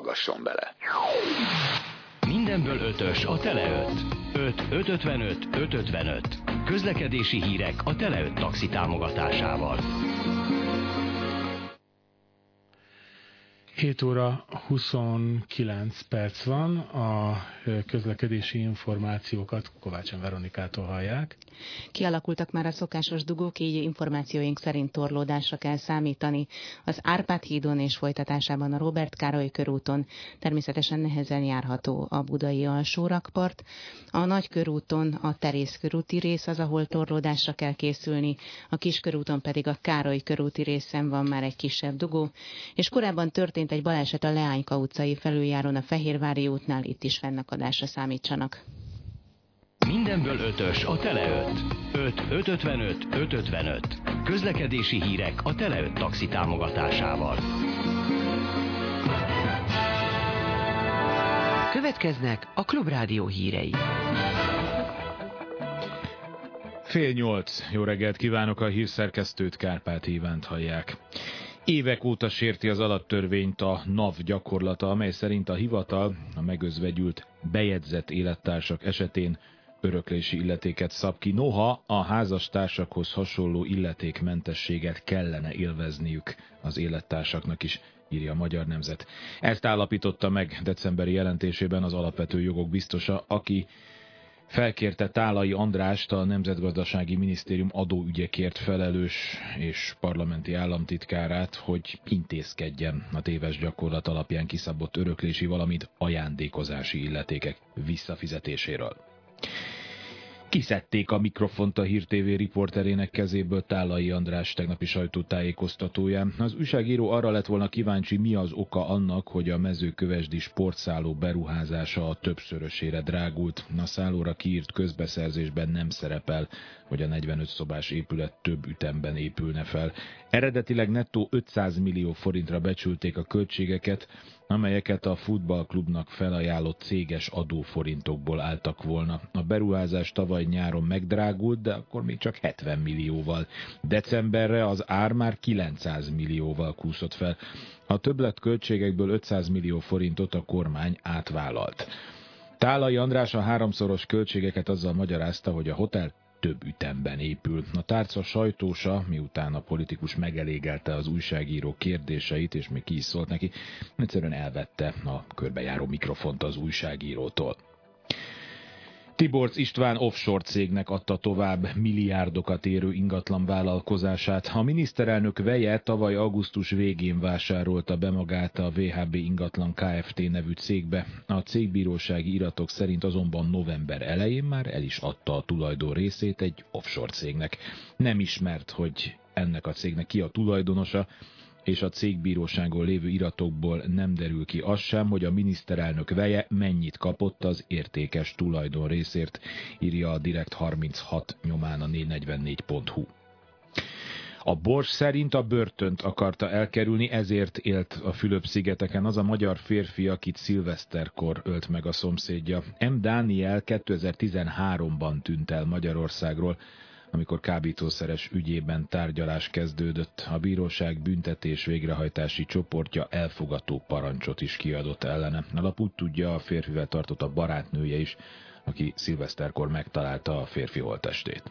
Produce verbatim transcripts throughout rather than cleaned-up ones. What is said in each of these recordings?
hallgasson bele. Mindenből ötös a Tele öt. öt ötszázötvenöt ötszázötvenöt. Közlekedési hírek a Tele öt taxi támogatásával. hét óra huszonkilenc perc van, a közlekedési információkat Kovács Veronikától hallják. Kialakultak már a szokásos dugók, így információink szerint torlódásra kell számítani. Az Árpád hídon és folytatásában a Róbert Károly körúton természetesen nehezen járható a budai alsórakpart. A Nagykörúton a Terész körúti rész az, ahol torlódásra kell készülni, a Kiskörúton pedig a Károly körúti részen van már egy kisebb dugó, és korábban történt egy baleset a Leányka utcai felüljáron a Fehérvári útnál, itt is fennakadásra számítsanak. Mindenből ötös a Tele öt. öt ötszázötvenöt ötszázötvenöt. Közlekedési hírek a Tele öt taxi támogatásával. Következnek a Klubrádió hírei. Fél nyolc. Jó reggelt kívánok, a hírszerkesztőt, Kárpáti Ivánt hallják. Évek óta sérti az alaptörvényt a NAV gyakorlata, amely szerint a hivatal a megözvegyült bejegyzett élettársak esetén öröklési illetéket szab ki, noha a házastársakhoz hasonló illetékmentességet kellene élvezniük az élettársaknak is, írja a Magyar Nemzet. Ezt állapította meg decemberi jelentésében az alapvető jogok biztosa, aki felkérte Tálai Andrást, a Nemzetgazdasági Minisztérium adóügyekért felelős és parlamenti államtitkárát, hogy intézkedjen a téves gyakorlat alapján kiszabott öröklési, valamint ajándékozási illetékek visszafizetéséről. Kiszedték a mikrofont a Hír té vé riporterének kezéből Tálai András tegnapi sajtótájékoztatóján. Az újságíró arra lett volna kíváncsi, mi az oka annak, hogy a mezőkövesdi sportszálló beruházása a többszörösére drágult. A szállóra kiírt közbeszerzésben nem szerepel, hogy a negyvenöt szobás épület több ütemben épülne fel. Eredetileg nettó ötszáz millió forintra becsülték a költségeket, amelyeket a futballklubnak felajánlott céges adóforintokból álltak volna. A beruházás tavaly nyáron megdrágult, de akkor még csak hetven millióval. Decemberre az ár már kilencszáz millióval kúszott fel. A többletköltségekből ötszáz millió forintot a kormány átvállalt. Tálai András a háromszoros költségeket azzal magyarázta, hogy a hotel több ütemben épül. A tárca sajtósa, miután a politikus megelégelte az újságíró kérdéseit, és még ki is szólt neki, egyszerűen elvette a körbejáró mikrofont az újságírótól. Tiborcz István offshore cégnek adta tovább milliárdokat érő ingatlan vállalkozását. A miniszterelnök veje tavaly augusztus végén vásárolta be magát a vé há bé Ingatlan Kft. Nevű cégbe. A cégbírósági iratok szerint azonban november elején már el is adta a tulajdon részét egy offshore cégnek. Nem ismert, hogy ennek a cégnek ki a tulajdonosa, és a cégbíróságon lévő iratokból nem derül ki az sem, hogy a miniszterelnök veje mennyit kapott az értékes tulajdon részért, írja a Direkt harminchat nyomán a négyszáznegyvennégy pont hu. A Bors szerint a börtönt akarta elkerülni, ezért élt a Fülöp-szigeteken az a magyar férfi, akit szilveszterkor ölt meg a szomszédja. M. Dániel kétezer-tizenháromban tűnt el Magyarországról, amikor kábítószeres ügyében tárgyalás kezdődött. A bíróság büntetés végrehajtási csoportja elfogató parancsot is kiadott ellene. A lap úgy tudja, a férfivel tartott a barátnője is, aki szilveszterkor megtalálta a férfi holttestét.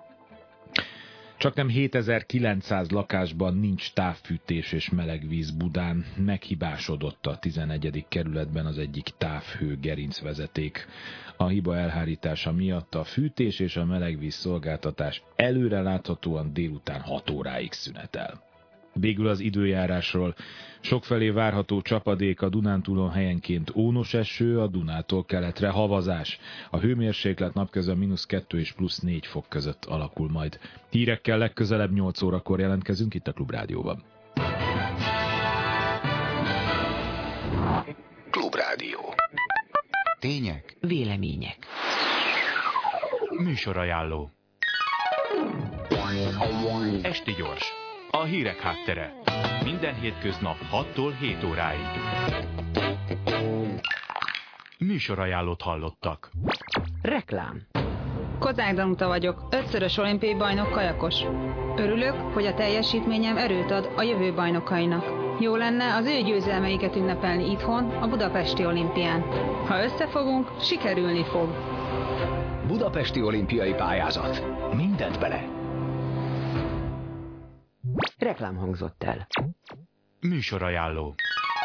Csaknem hétezer-kilencszáz lakásban nincs távfűtés és melegvíz Budán. Meghibásodott a tizennegyedik kerületben az egyik távhő gerincvezeték. A hiba elhárítása miatt a fűtés és a melegvíz szolgáltatás előreláthatóan délután hat óráig szünetel. Végül az időjárásról. Sokfelé várható csapadék, a Dunántúlon helyenként ónos eső, a Dunától keletre havazás. A hőmérséklet napközben mínusz kettő és plusz négy fok között alakul majd. Hírekkel legközelebb nyolc órakor jelentkezünk itt a Klubrádióban. Klubrádió. Tények, vélemények. Műsorajánló. Esti gyors. A hírek háttere. Minden hétköznap hattól hét óráig. Műsorajánlót hallottak. Reklám. Kozák Danuta vagyok, ötszörös olimpiai bajnok kajakos. Örülök, hogy a teljesítményem erőt ad a jövő bajnokainak. Jó lenne az ő győzelmeiket ünnepelni itthon, a Budapesti Olimpián. Ha összefogunk, sikerülni fog. Budapesti Olimpiai Pályázat. Mindent bele. Reklám hangzott el. Műsorajánló.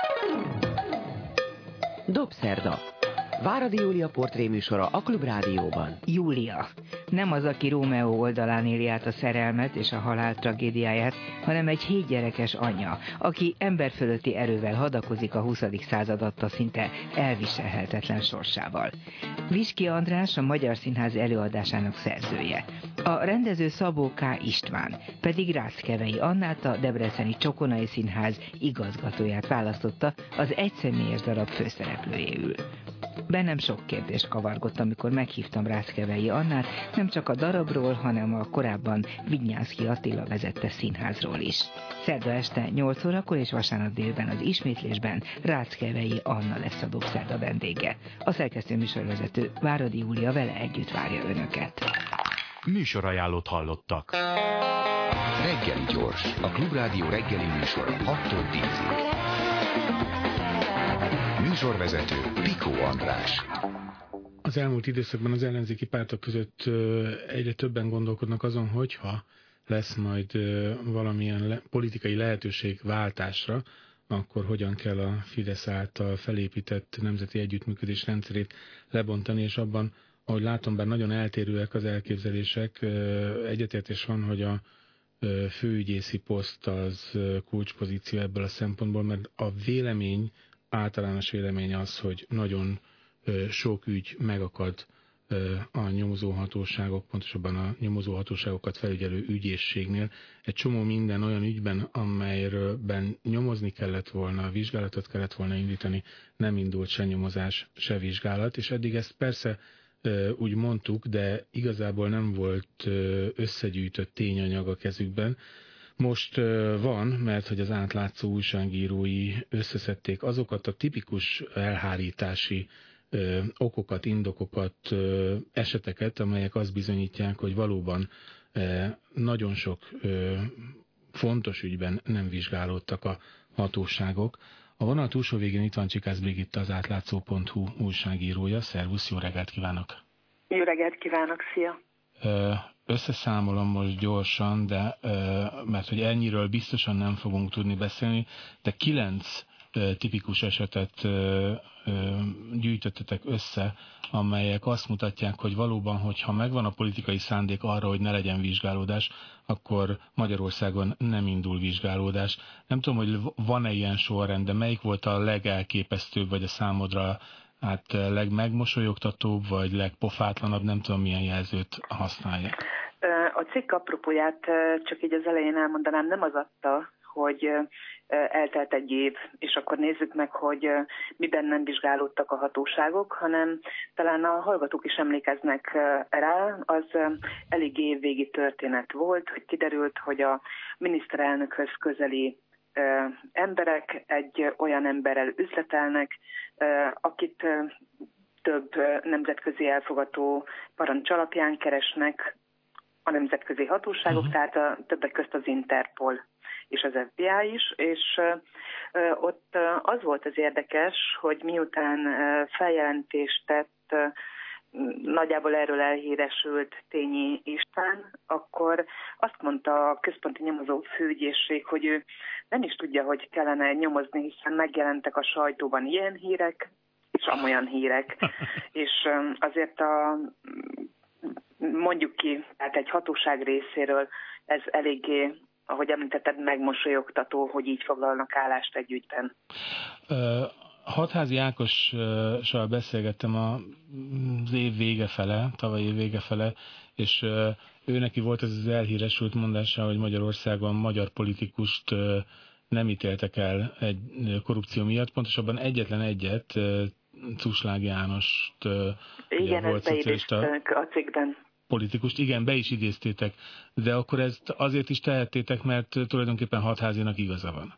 Dobszerda. Váradi Júlia portréműsora a Klubrádióban. Júlia. Nem az, aki Rómeó oldalán éli át a szerelmet és a halál tragédiáját, hanem egy hétgyerekes anya, aki emberfölötti erővel hadakozik a huszadik század adta szinte elviselhetetlen sorsával. Viski András a Magyar Színház előadásának szerzője. A rendező Szabó K. István pedig Ráckevei Annát, a Debreceni Csokonai Színház igazgatóját választotta az egyszemélyes darab főszereplőjéül. Bennem sok kérdést kavargott, amikor meghívtam Ráckevei Annát, nem csak a darabról, hanem a korábban Vignyánszky Attila vezette színházról is. Szerda este nyolc órakor és vasárnap délben az ismétlésben Ráckevei Anna lesz a Dobszerda vendége. A szerkesztő műsorvezető Váradi Júlia vele együtt várja önöket. Műsorajánlót hallottak. Reggeli gyors, a Klubrádió reggeli műsora hattól tízig. Műsorvezető Pikó András. Az elmúlt időszakban az ellenzéki pártok között egyre többen gondolkodnak azon, hogyha lesz majd valamilyen le- politikai lehetőség váltásra, akkor hogyan kell a Fidesz által felépített nemzeti együttműködés rendszerét lebontani, és abban, ahogy látom, bár nagyon eltérőek az elképzelések, egyetértés van, hogy a főügyészi poszt az kulcspozíció ebből a szempontból, mert a vélemény, általános vélemény az, hogy nagyon sok ügy megakad a nyomozóhatóságok, pontosabban a nyomozóhatóságokat felügyelő ügyészségnél. Egy csomó minden olyan ügyben, amelyben nyomozni kellett volna, vizsgálatot kellett volna indítani, nem indult se nyomozás, se vizsgálat, és eddig ezt persze úgy mondtuk, de igazából nem volt összegyűjtött tényanyag a kezükben. Most van, mert hogy az átlátszó újságírói összeszedték azokat a tipikus elhárítási ö, okokat, indokokat, ö, eseteket, amelyek azt bizonyítják, hogy valóban ö, nagyon sok ö, fontos ügyben nem vizsgálódtak a hatóságok. A vonal túlsó végén itt van Csikász Brigitta, az átlátszó pont hu újságírója. Szervusz, jó reggelt kívánok! Jó reggelt kívánok, szia! Ö, Összeszámolom most gyorsan, de mert hogy ennyiről biztosan nem fogunk tudni beszélni, de kilenc tipikus esetet gyűjtöttetek össze, amelyek azt mutatják, hogy valóban, hogyha megvan a politikai szándék arra, hogy ne legyen vizsgálódás, akkor Magyarországon nem indul vizsgálódás. Nem tudom, hogy van-e ilyen sorrend, de melyik volt a legelképesztőbb, vagy a számodra hát legmegmosolyogtatóbb, vagy legpofátlanabb, nem tudom, milyen jelzőt használja. A cikk apropóját csak így az elején elmondanám, nem az adta, hogy eltelt egy év, és akkor nézzük meg, hogy miben nem vizsgálódtak a hatóságok, hanem talán a hallgatók is emlékeznek rá, az elég évvégi történet volt, hogy kiderült, hogy a miniszterelnökhöz közeli emberek egy olyan emberrel üzletelnek, akit több nemzetközi elfogató parancs alapján keresnek a nemzetközi hatóságok, uh-huh. tehát a, többek közt az Interpol és az ef bé i is, és uh, ott uh, az volt az érdekes, hogy miután uh, feljelentést tett uh, nagyjából erről elhíresült Tényi István, akkor azt mondta a központi nyomozó főügyészség, hogy ő nem is tudja, hogy kellene nyomozni, hiszen megjelentek a sajtóban ilyen hírek, és amolyan hírek, és um, azért a mondjuk ki, tehát egy hatóság részéről ez eléggé, ahogy említetted, megmosolyogtató, hogy így foglalnak állást egy ügyben. Hatházi Ákossal beszélgettem az év vége fele, tavaly év vége fele, és ő neki volt ez az elhíresült mondása, hogy Magyarországon magyar politikust nem ítéltek el egy korrupció miatt, pontosabban egyetlen egyet, Cuslág Jánost, igen, volt szocialista a cikkben. Politikust, igen, be is idéztétek, de akkor ezt azért is tehettétek, mert tulajdonképpen Hatházinak igaza van.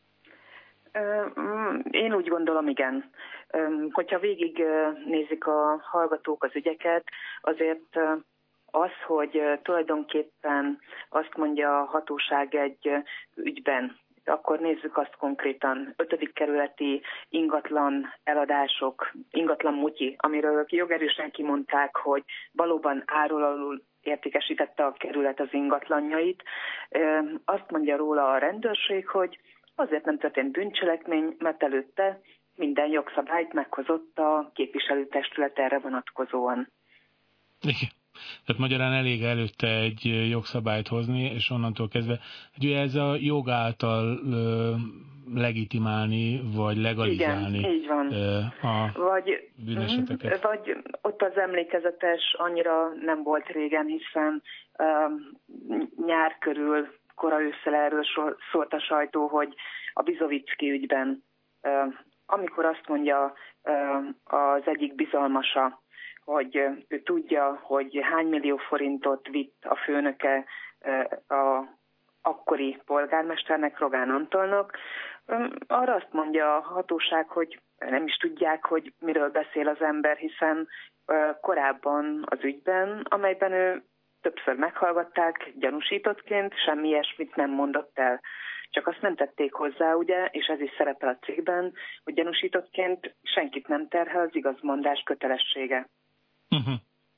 Én úgy gondolom, igen. Hogyha végig nézik a hallgatók az ügyeket, azért az, hogy tulajdonképpen azt mondja a hatóság egy ügyben, akkor nézzük azt konkrétan. Ötödik kerületi ingatlan eladások, ingatlan mutyi, amiről jogerősen kimondták, hogy valóban áról alul értékesítette a kerület az ingatlanjait. Azt mondja róla a rendőrség, hogy azért nem történt bűncselekmény, mert előtte minden jogszabályt meghozott a képviselőtestület erre vonatkozóan. Igen. Tehát magyarán elég előtte egy jogszabályt hozni, és onnantól kezdve, hogy ugye ez a jog által ö, legitimálni, vagy legalizálni. Igen, így van. Ö, a vagy, bűneseteket. Vagy ott az emlékezetes annyira nem volt régen, hiszen ö, nyár körül, kora ősszel erről szólt a sajtó, hogy a Bizovicki ügyben, ö, amikor azt mondja ö, az egyik bizalmasa, hogy ő tudja, hogy hány millió forintot vitt a főnöke a akkori polgármesternek, Rogán Antalnak. Arra azt mondja a hatóság, hogy nem is tudják, hogy miről beszél az ember, hiszen korábban az ügyben, amelyben ő többször meghallgatták gyanúsítottként, semmi ilyesmit nem mondott el. Csak azt nem tették hozzá, ugye, és ez is szerepel a cikkben, hogy gyanúsítottként senkit nem terhel az igazmondás kötelessége. Uh-huh.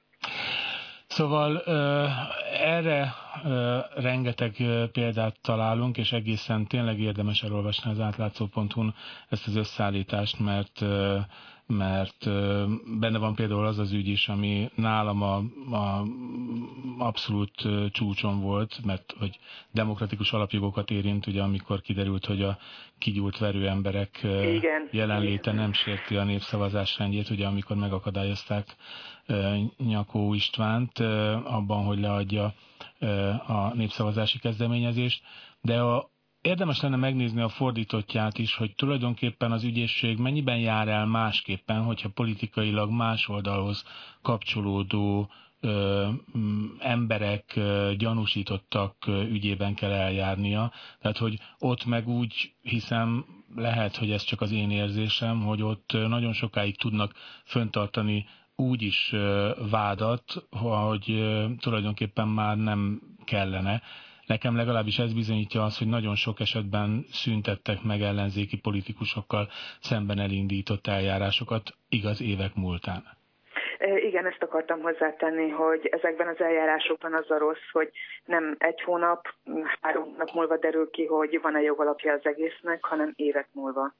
Szóval uh, erre uh, rengeteg uh, példát találunk, és egészen tényleg érdemes elolvasni az átlátszó pont hu-n ezt az összeállítást, mert, uh, mert uh, benne van például az az ügy is, ami nálam a, a abszolút uh, csúcson volt, mert hogy demokratikus alapjogokat érint, ugye amikor kiderült, hogy a kigyúlt verő emberek uh, Igen. jelenléte nem sérti a népszavazás rendjét, ugye amikor megakadályozták Nyakó Istvánt abban, hogy leadja a népszavazási kezdeményezést, de a, érdemes lenne megnézni a fordítottját is, hogy tulajdonképpen az ügyészség mennyiben jár el másképpen, hogyha politikailag más oldalhoz kapcsolódó ö, emberek, ö, gyanúsítottak ö, ügyében kell eljárnia. Tehát, hogy ott meg úgy hiszem, lehet, hogy ez csak az én érzésem, hogy ott nagyon sokáig tudnak föntartani úgy is vádat, hogy tulajdonképpen már nem kellene. Nekem legalábbis ez bizonyítja azt, hogy nagyon sok esetben szüntettek meg ellenzéki politikusokkal szemben elindított eljárásokat, igaz, évek múltán. Igen, ezt akartam hozzátenni, hogy ezekben az eljárásokban az a rossz, hogy nem egy hónap, három nap múlva derül ki, hogy van-e jogalapja az egésznek, hanem évek múlva.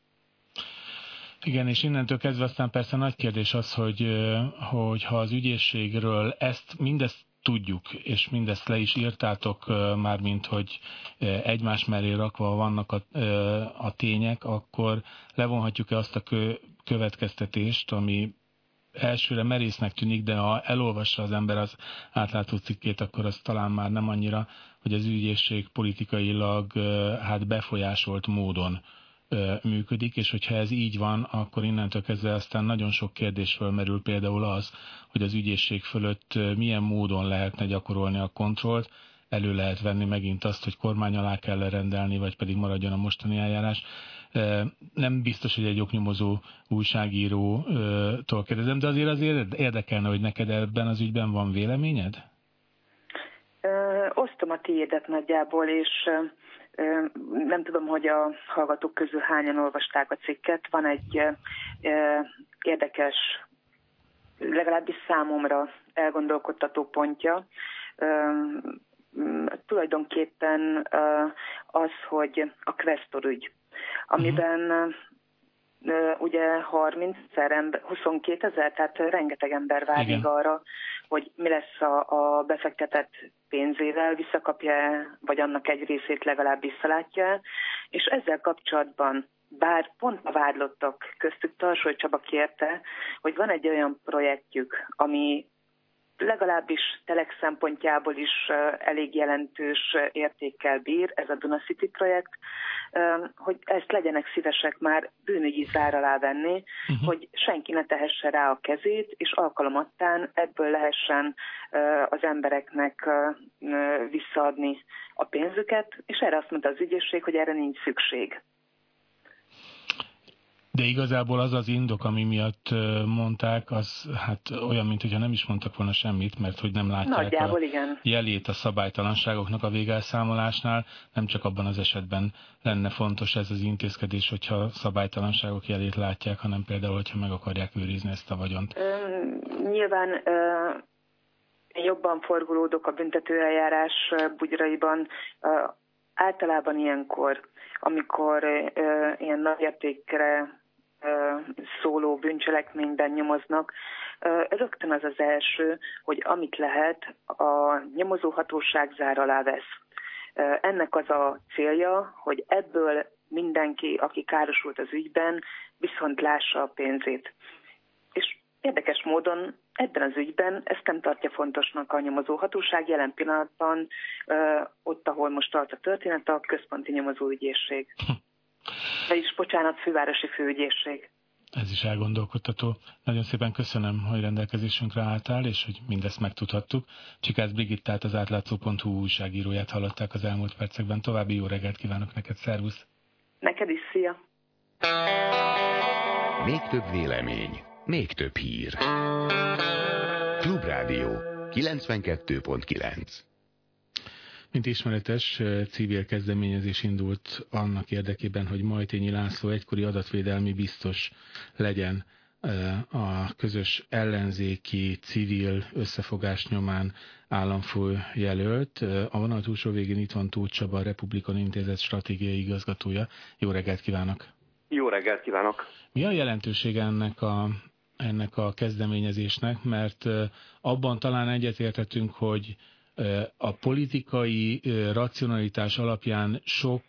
Igen, és innentől kezdve aztán persze nagy kérdés az, hogy, hogy ha az ügyészségről ezt, mindezt tudjuk, és mindezt le is írtátok, mármint hogy egymás mellé rakva vannak a, a tények, akkor levonhatjuk-e azt a következtetést, ami elsőre merésznek tűnik, de ha elolvassa az ember az átlátó cikkét, akkor az talán már nem annyira, hogy az ügyészség politikailag hát befolyásolt módon működik, és hogyha ez így van, akkor innentől kezdve aztán nagyon sok kérdés fölmerül, például az, hogy az ügyészség fölött milyen módon lehetne gyakorolni a kontrollt, elő lehet venni megint azt, hogy kormány alá kell rendelni, vagy pedig maradjon a mostani eljárás. Nem biztos, hogy egy oknyomozó újságírótól kérdezem, de azért azért érdekelne, hogy neked ebben az ügyben van véleményed? Ö, osztom a tiédet nagyjából, és ö, nem tudom, hogy a hallgatók közül hányan olvasták a cikket. Van egy ö, érdekes, legalábbis számomra elgondolkodtató pontja. Ö, tulajdonképpen ö, az, hogy a Questor ügy, amiben uh, ugye harminc ember, huszonkétezer, tehát rengeteg ember vágyik arra, hogy mi lesz a, a befektetett pénzével, visszakapja, vagy annak egy részét legalább visszalátja, és ezzel kapcsolatban, bár pont a vádlottak köztük Tarsoly Csaba kérte, hogy van egy olyan projektjük, ami legalábbis Telex szempontjából is elég jelentős értékkel bír, ez a Duna City projekt, hogy ezt legyenek szívesek már bűnügyi zár alá venni, uh-huh. hogy senki ne tehesse rá a kezét, és alkalomattán ebből lehessen az embereknek visszaadni a pénzüket, és erre azt mondta az ügyészség, hogy erre nincs szükség. De igazából az az indok, ami miatt mondták, az hát olyan, mintha nem is mondtak volna semmit, mert hogy nem látják Nagyjából, a igen. jelét a szabálytalanságoknak a végelszámolásnál. Nem csak abban az esetben lenne fontos ez az intézkedés, hogyha szabálytalanságok jelét látják, hanem például, hogyha meg akarják őrizni ezt a vagyont. Üm, nyilván ö, jobban forgolódok a büntetőeljárás bugyraiban. Ö, általában ilyenkor, amikor ö, ilyen nagyértékre szóló bűncselekményben nyomoznak, rögtön az az első, hogy amit lehet, a nyomozóhatóság zár alá vesz. Ennek az a célja, hogy ebből mindenki, aki károsult az ügyben, viszont lássa a pénzét. És érdekes módon ebben az ügyben ezt nem tartja fontosnak a nyomozóhatóság jelen pillanatban, ott, ahol most tart a történet, a központi nyomozóügyészség. Vagyis, bocsánat, fővárosi főügyészség. Ez is elgondolkodtató. Nagyon szépen köszönöm, hogy rendelkezésünkre álltál, és hogy mindezt megtudhattuk. Csikász Brigittát, az átlátszó pont hu újságíróját hallották az elmúlt percekben. További jó reggelt kívánok neked, szervusz! Neked is, szia! Még több vélemény, még több hír. Klubrádió kilencvenkettő pont kilenc. Mint ismeretes, civil kezdeményezés indult annak érdekében, hogy Majthényi László egykori adatvédelmi biztos legyen a közös ellenzéki civil összefogás nyomán államfő jelölt. A vonal túlsó végén itt van Tóth Csaba, a Republikon Intézet stratégiai igazgatója. Jó reggelt kívánok! Jó reggelt kívánok! Mi a jelentősége ennek a, ennek a kezdeményezésnek? Mert abban talán egyetértettünk, hogy a politikai racionalitás alapján sok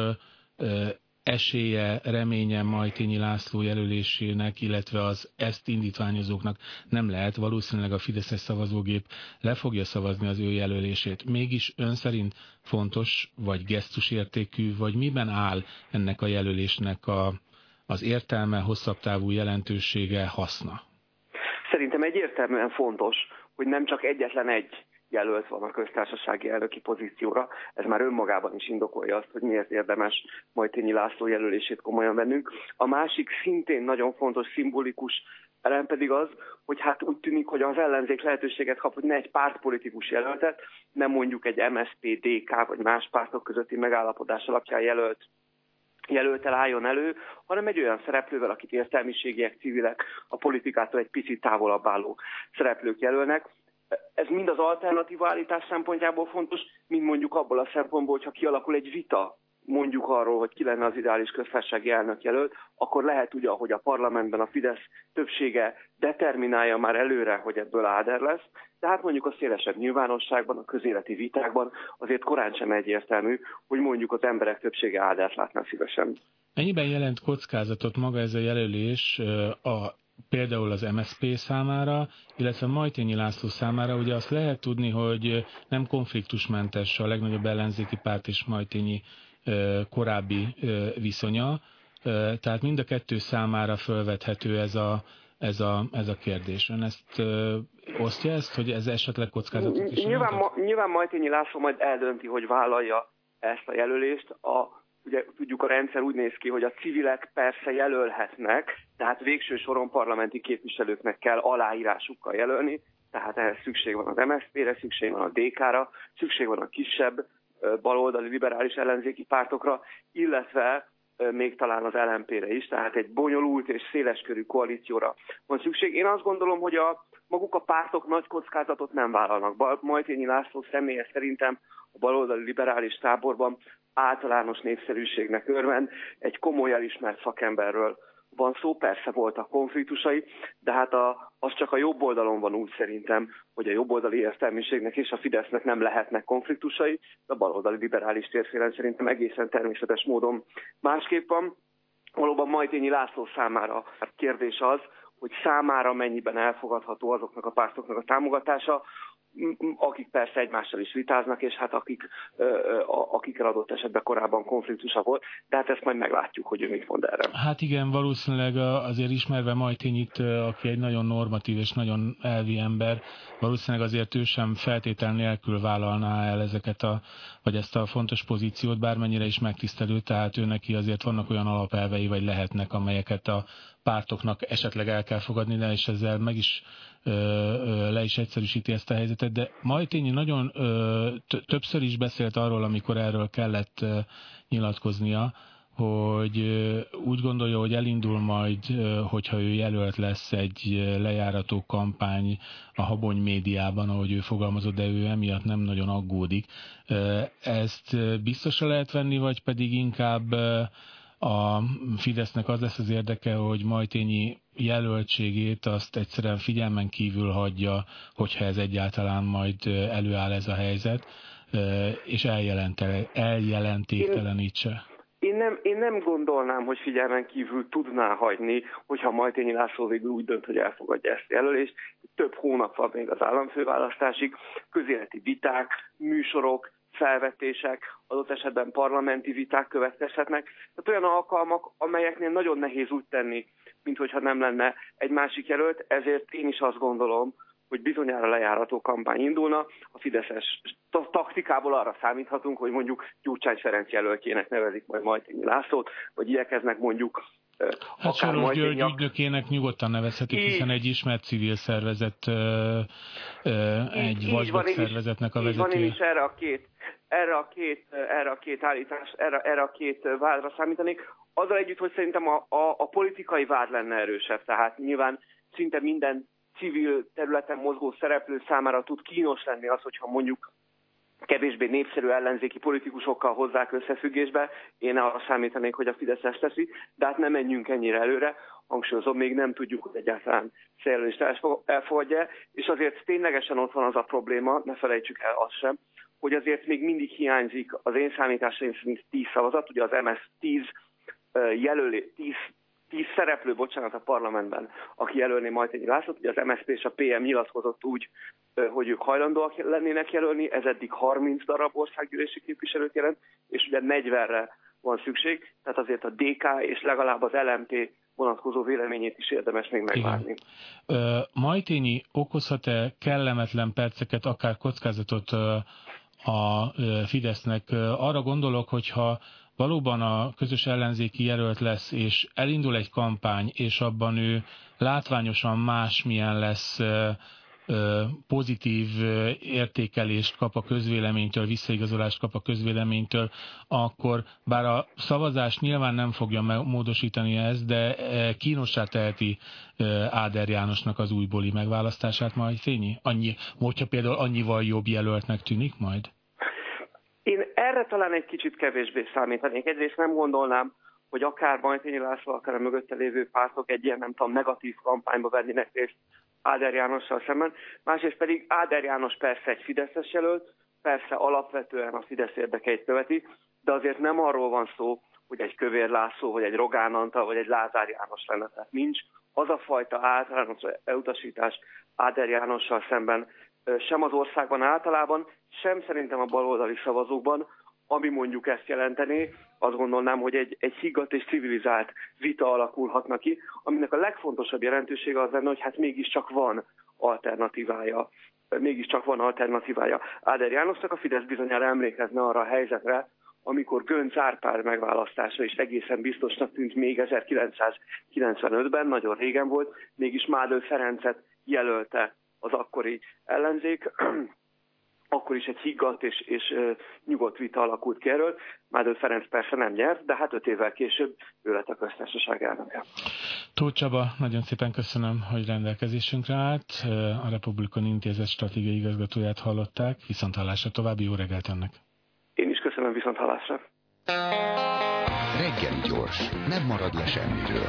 esélye, reménye Majthényi László jelölésének, illetve az ezt indítványozóknak nem lehet. Valószínűleg a fideszes szavazógép le fogja szavazni az ő jelölését. Mégis ön szerint fontos, vagy gesztusértékű, vagy miben áll ennek a jelölésnek a, az értelme, hosszabb távú jelentősége, haszna? Szerintem egyértelműen fontos, hogy nem csak egyetlen egy jelölt van a köztársasági elnöki pozícióra. Ez már önmagában is indokolja azt, hogy miért érdemes Majthényi László jelölését komolyan vennünk. A másik szintén nagyon fontos, szimbolikus elem pedig az, hogy hát úgy tűnik, hogy az ellenzék lehetőséget kap, hogy ne egy pártpolitikus jelöltet, nem mondjuk egy em es zé pé, dé ká vagy más pártok közötti megállapodás alapján jelölt jelöltel álljon elő, hanem egy olyan szereplővel, akit értelmiségiek, civilek, a politikától egy picit távolabb álló szereplők jelölnek. Ez mind az alternatíva állítás szempontjából fontos, mind mondjuk abból a szempontból, hogyha kialakul egy vita mondjuk arról, hogy ki lenne az ideális köztársasági elnök jelölt, akkor lehet ugye, ahogy a parlamentben a Fidesz többsége determinálja már előre, hogy ebből Áder lesz, tehát mondjuk a szélesebb nyilvánosságban, a közéleti vitákban azért korán sem egyértelmű, hogy mondjuk az emberek többsége Ádert látná szívesen. Mennyiben jelent kockázatot maga ez a jelölés a például az em es zé pé számára, illetve Majthényi László számára? Ugye azt lehet tudni, hogy nem konfliktusmentes a legnagyobb ellenzéki párt és Majthényi korábbi viszonya, tehát mind a kettő számára fölvethető ez a, ez a, ez a kérdés. Ön ezt osztja ezt, hogy ez esetleg kockázatot is nyilván, ma, nyilván Majthényi László majd eldönti, hogy vállalja ezt a jelölést. A Ugye tudjuk, a rendszer úgy néz ki, hogy a civilek persze jelölhetnek, tehát végső soron parlamenti képviselőknek kell aláírásukkal jelölni, tehát ehhez szükség van az em es zé pére, szükség van a dé ká-ra, szükség van a kisebb baloldali liberális ellenzéki pártokra, illetve még talán az el em pére is, tehát egy bonyolult és széleskörű koalícióra van szükség. Én azt gondolom, hogy a maguk a pártok nagy kockázatot nem vállalnak. Majthényi László személye szerintem a baloldali liberális táborban általános népszerűségnek örvend, egy komoly elismert szakemberről van szó, persze voltak konfliktusai, de hát a, az csak a jobb oldalon van úgy szerintem, hogy a jobboldali értelmiségnek és a Fidesznek nem lehetnek konfliktusai, de a baloldali liberális térfélen szerintem egészen természetes módon másképp van. Valóban Majthényi László számára a kérdés az, hogy számára mennyiben elfogadható azoknak a pártoknak a támogatása, akik persze egymással is vitáznak, és hát akik, akikkel adott esetben korábban konfliktusa volt, de hát ezt majd meglátjuk, hogy ő mit mond erre. Hát igen, valószínűleg azért ismerve Majtényit, aki egy nagyon normatív és nagyon elvi ember, valószínűleg azért ő sem feltétel nélkül vállalná el ezeket a, vagy ezt a fontos pozíciót, bármennyire is megtisztelő, tehát ő neki azért vannak olyan alapelvei, vagy lehetnek, amelyeket a pártoknak esetleg el kell fogadni, de és ezzel meg is ö, ö, le is egyszerűsíti ezt a helyzetet, de Majtényi nagyon ö, többször is beszélt arról, amikor erről kellett ö, nyilatkoznia, hogy ö, úgy gondolja, hogy elindul majd, ö, hogyha ő jelölt lesz, egy lejárató kampány a Habony médiában, ahogy ő fogalmazott, de ő emiatt nem nagyon aggódik. Ö, ezt biztosra lehet venni, vagy pedig inkább ö, a Fidesznek az lesz az érdeke, hogy Majtényi jelöltségét azt egyszerűen figyelmen kívül hagyja, hogyha ez egyáltalán majd előáll ez a helyzet, és eljelentéktelenítse. Én nem, én nem gondolnám, hogy figyelmen kívül tudná hagyni, hogyha Majtényi László végül úgy dönt, hogy elfogadja ezt a jelölést. Több hónap van még az államfőválasztásig, közéleti viták, műsorok, felvetések, adott esetben parlamenti viták következhetnek. Tehát olyan alkalmak, amelyeknél nagyon nehéz úgy tenni, minthogyha nem lenne egy másik jelölt, ezért én is azt gondolom, hogy bizonyára lejárató kampány indulna. A fideszes taktikából arra számíthatunk, hogy mondjuk Gyurcsány Ferenc jelöltjének nevezik majd Majtényi Lászlót, vagy igyekeznek mondjuk Hát Soros György ügynökének nyugodtan nevezhetik, így, hiszen egy ismert civil szervezet, egy vagyok szervezetnek a vezetője. Van, én is erre a két, erre a két, erre a két állítás, erre, erre a két vádra számítanék. Azzal együtt, hogy szerintem a, a, a politikai vád lenne erősebb, tehát nyilván szinte minden civil területen mozgó szereplő számára tud kínos lenni az, hogyha mondjuk kevésbé népszerű ellenzéki politikusokkal hozzák összefüggésbe. Én arra számítanék, hogy a Fidesz ezt teszi, de hát nem menjünk ennyire előre. Hangsúlyozom, még nem tudjuk, hogy egyáltalán szerelést elfogadja, és azért ténylegesen ott van az a probléma, ne felejtsük el azt sem, hogy azért még mindig hiányzik az én számításaim szerint tíz szavazat, ugye az em es tíz jelölé, tíz tíz szereplő, bocsánat, a parlamentben, aki jelölné Majtényi Lászlót, ugye az em es zé pé és a pé em nyilatkozott úgy, hogy ők hajlandóak lennének jelölni, ez eddig harminc darab országgyűlési képviselőt jelent, és ugye negyvenre van szükség, tehát azért a dé ká és legalább az el em té vonatkozó véleményét is érdemes még megvárni. Igen. Majtényi okozhat-e kellemetlen perceket, akár kockázatot a Fidesznek? Arra gondolok, hogyha valóban a közös ellenzéki jelölt lesz, és elindul egy kampány, és abban ő látványosan másmilyen lesz, pozitív értékelést kap a közvéleménytől, visszaigazolást kap a közvéleménytől, akkor bár a szavazás nyilván nem fogja módosítani ezt, de kínossá teheti Áder Jánosnak az újbóli megválasztását Majtényi? Annyi, hogyha például annyival jobb jelöltnek tűnik majd? Én erre talán egy kicsit kevésbé számítanék. Egyrészt nem gondolnám, hogy akár Majtényi László, akár a mögötte lévő pártok egy ilyen, nem tudom, negatív kampányba vennének részt Áder Jánossal szemben. Másrészt pedig Áder János persze egy fideszes jelölt, persze alapvetően a Fidesz érdekeit követi, de azért nem arról van szó, hogy egy Kövér László, vagy egy Rogán Antal, vagy egy Lázár János lenne. Tehát nincs az a fajta általános elutasítás Áder Jánossal szemben sem az országban általában, sem szerintem a baloldali szavazókban, ami mondjuk ezt jelentené, azt gondolnám, hogy egy, egy higgadt és civilizált vita alakulhatna ki, aminek a legfontosabb jelentősége az lenne, hogy hát mégiscsak van alternatívája. Mégiscsak van alternatívája Áder Jánosnak. A Fidesz bizonyára emlékezne arra a helyzetre, amikor Göncz Árpád megválasztása is egészen biztosnak tűnt még ezerkilencszázkilencvenötben, nagyon régen volt, mégis Mádl Ferencet jelölte az akkori ellenzék. Akkor is egy higgadt és, és uh, nyugodt vita alakult ki erről. Mádl Ferenc persze nem nyert, de hát öt évvel később ő lett a köztársaság elnöke. Tóth Csaba, nagyon szépen köszönöm, hogy rendelkezésünkre állt. A Republikon Intézet stratégiai igazgatóját hallották. Viszonthallásra, további jó reggelt önnek. Én is köszönöm, viszonthallásra. Reggeli gyors, nem marad le semmiről.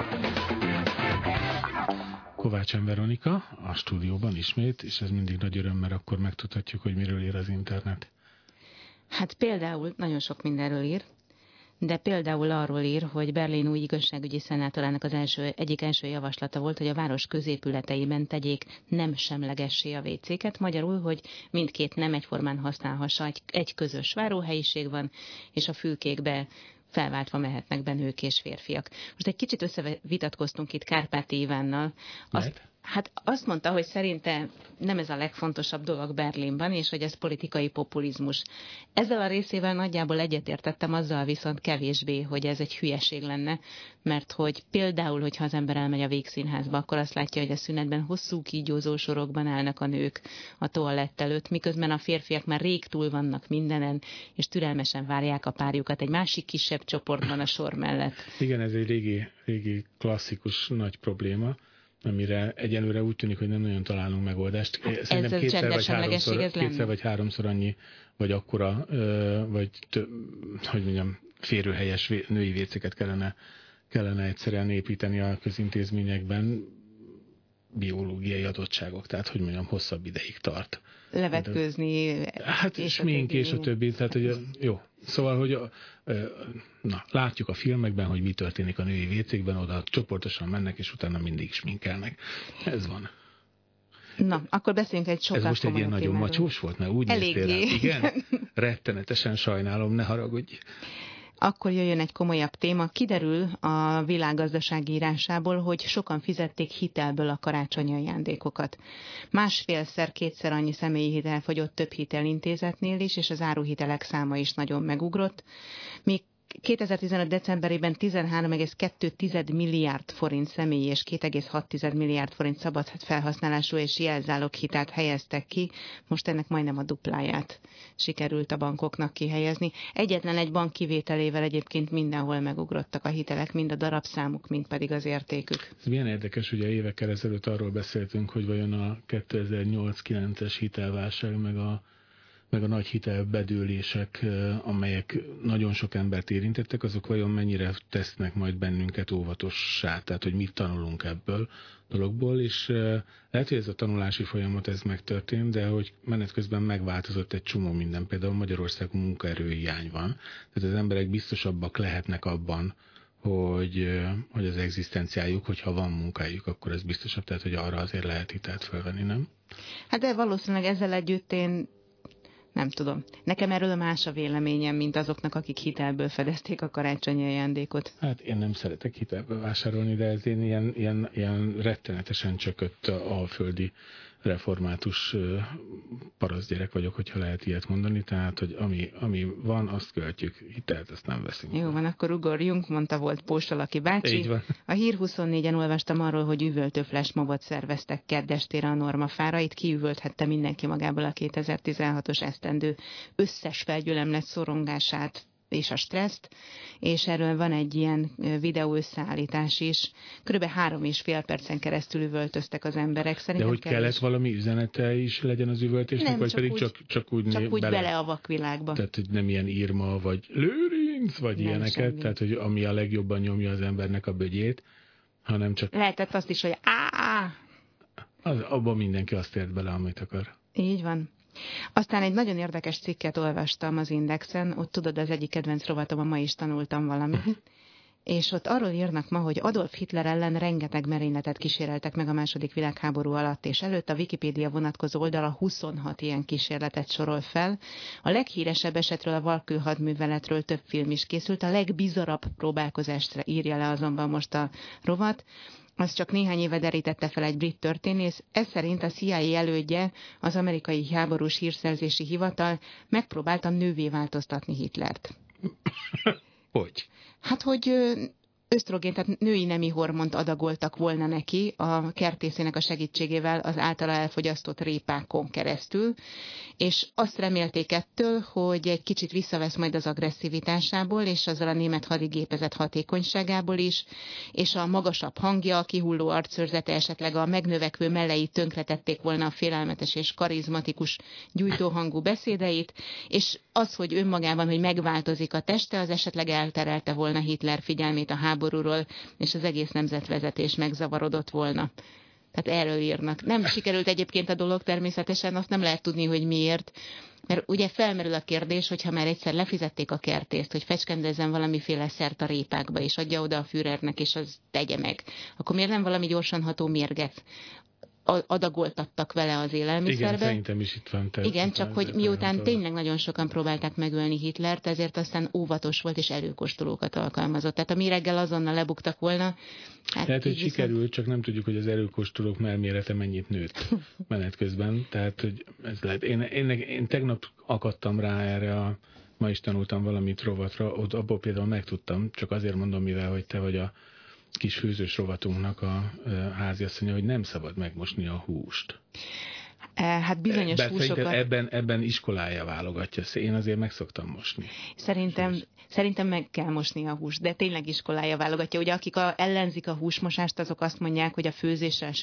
Kovács Veronika a stúdióban ismét, és ez mindig nagy öröm, mert akkor megtudhatjuk, hogy miről ír az internet. Hát például nagyon sok mindenről ír. de például arról ír, hogy Berlin új igazságügyi szenátorának az első, egyik első javaslata volt, hogy a város középületeiben tegyék nem semlegessé a vécéket, magyarul, hogy mindkét nem egyformán használhassa, egy, egy közös váróhelyiség van, és a fülkékbe felváltva mehetnek be nők és férfiak. Most egy kicsit összevitatkoztunk itt Kárpáti Ivánnal. Azt, hát azt mondta, hogy szerinte nem ez a legfontosabb dolog Berlinben, és hogy ez politikai populizmus. Ezzel a részével nagyjából egyetértettem, azzal viszont kevésbé, hogy ez egy hülyeség lenne, mert hogy például, hogyha az ember elmegy a Végszínházba, akkor azt látja, hogy a szünetben hosszú kígyózó sorokban állnak a nők a toalett előtt, miközben a férfiak már rég túl vannak mindenen, és türelmesen várják a párjukat egy másik kisebb csoportban a sor mellett. Igen, ez egy régi, régi klasszikus nagy probléma, amire egyelőre úgy tűnik, hogy nem nagyon találunk megoldást. Hát Szerintem kétszer vagy, háromszor, kétszer vagy háromszor annyi, vagy akkora, vagy több, hogy mondjam, férőhelyes női vécéket kellene, kellene egyszerűen építeni a közintézményekben, biológiai adottságok, tehát, hogy mondjam, hosszabb ideig tart. Levetkőzni. Hát és smink és a többi, tehát hogy jó. Szóval, hogy na, látjuk a filmekben, hogy mi történik a női vécékben, oda csoportosan mennek, és utána mindig sminkelnek. Ez van. Na, akkor beszéljünk egy sokkal Ez most egy ilyen nagyon macsós volt, mert úgy néztél rá. Igen? Rettenetesen sajnálom, ne haragudj. Akkor jöjjön egy komolyabb téma. Kiderül a világgazdaság írásából, hogy sokan fizették hitelből a karácsonyi ajándékokat. Másfélszer, kétszer annyi személyi hitel fogyott több hitelintézetnél is, és az áruhitelek száma is nagyon megugrott. Míg kétezer-tizenöt decemberében tizenhárom egész kettő milliárd forint személyi és két egész hat milliárd forint szabad felhasználású és jelzálog hitelt helyeztek ki, most ennek majdnem a dupláját sikerült a bankoknak kihelyezni. Egyetlen egy bank kivételével egyébként mindenhol megugrottak a hitelek, mind a darabszámuk, mind pedig az értékük. Ez milyen érdekes, ugye évekkel ezelőtt arról beszéltünk, hogy vajon a kétezer-nyolc-kilences hitelválság meg a meg a nagy hitelbedőlések, amelyek nagyon sok embert érintettek, azok vajon mennyire tesznek majd bennünket óvatossá, tehát hogy mit tanulunk ebből dologból, és lehet, hogy ez a tanulási folyamat ez megtörtént, de hogy menet közben megváltozott egy csomó minden, például Magyarországon munkaerőhiány van, tehát az emberek biztosabbak lehetnek abban, hogy, hogy az egzisztenciájuk, hogyha van munkájuk, akkor ez biztosabb, tehát hogy arra azért lehet hitelt felvenni, nem? Hát de valószínűleg ezzel együtt én nem tudom. Nekem erről más a véleményem, mint azoknak, akik hitelből fedezték a karácsonyi ajándékot. Hát én nem szeretek hitelből vásárolni, de ez én ilyen, ilyen, ilyen rettenetesen csökött a alföldi református parasztgyerek vagyok, hogyha lehet ilyet mondani, tehát, hogy ami, ami van, azt költjük, hitelt, azt nem veszünk. Jó van, akkor ugorjunk, mondta volt Pósolaki bácsi. Így van. A Hír huszonnégyen olvastam arról, hogy üvöltő flashmobot szerveztek keddestére a Normafára, itt kiüvölthette mindenki magából a kétezer-tizenhatos esztendő összes felgyülemlett szorongását, és a stresszt, és erről van egy ilyen videó összeállítás is. Körülbelül három és fél percen keresztül üvöltöztek az emberek. Szerintem de hogy kellett is valami üzenete is legyen az üvöltésnek, nem, vagy csak pedig úgy, csak, csak úgy, csak úgy bele, bele a vakvilágba. Tehát, hogy nem ilyen Irma, vagy Lőrinc, vagy nem ilyeneket, semmi. Tehát, hogy ami a legjobban nyomja az embernek a bögyét, hanem csak... Lehetett azt is, hogy áááá. Az, abban mindenki azt ért bele, amit akar. Így van. Aztán egy nagyon érdekes cikket olvastam az Indexen, ott tudod, az egyik kedvenc rovatom, ma is tanultam valamit, és ott arról írnak ma, hogy Adolf Hitler ellen rengeteg merényletet kíséreltek meg a második világháború alatt, és előtt a Wikipédia vonatkozó oldala huszonhat ilyen kísérletet sorol fel. A leghíresebb esetről, a Valkő hadműveletről több film is készült, a legbizarabb próbálkozásra írja le azonban most a rovat. Az csak néhány éve derítette fel egy brit történész, ez szerint a C I A elődje, az amerikai háborús hírszerzési hivatal megpróbálta nővé változtatni Hitlert. Hogy? Hát, hogy ösztrogén, tehát női nemi hormont adagoltak volna neki a kertészének a segítségével az általa elfogyasztott répákon keresztül, és azt remélték ettől, hogy egy kicsit visszavesz majd az agresszivitásából, és azzal a német hadigépezet hatékonyságából is, és a magasabb hangja, a kihulló arcőrzete, esetleg a megnövekvő mellei tönkretették volna a félelmetes és karizmatikus gyújtóhangú beszédeit, és az, hogy önmagában, hogy megváltozik a teste, az esetleg elterelte volna Hitler figyelmét a háborúról, és az egész nemzetvezetés megzavarodott volna. Tehát erről írnak. Nem sikerült egyébként a dolog természetesen, azt nem lehet tudni, hogy miért. Mert ugye felmerül a kérdés, hogyha már egyszer lefizették a kertészt, hogy fecskendezzen valamiféle szert a répákba, és adja oda a Führernek, és az tegye meg, akkor miért nem valami gyorsan ható mérget adagoltattak vele az élelmiszerbe? Igen, szerintem is itt van. Igen, csak hogy miután tényleg nagyon sokan próbálták megölni Hitlert, ezért aztán óvatos volt és előkóstolókat alkalmazott. Tehát a mi reggel azonnal lebuktak volna. Hát lehet, hogy viszont... sikerült, csak nem tudjuk, hogy az előkóstolók melmérete mennyit nőtt menet közben. Tehát, hogy ez lehet. Én, én, én tegnap akadtam rá erre a ma is tanultam valamit rovatra, ott abból például megtudtam, csak azért mondom, mivel, hogy te vagy a kis főzős rovatunknak a háziasszonya, hogy nem szabad megmosni a húst. Hát bizonyos Bár húsokat... Ebben, ebben iskolája válogatja. Én azért meg szoktam mosni. Szerintem, szerintem meg kell mosni a húst, de tényleg iskolája válogatja. Ugye akik a, ellenzik a húsmosást, azok azt mondják, hogy a főzéssel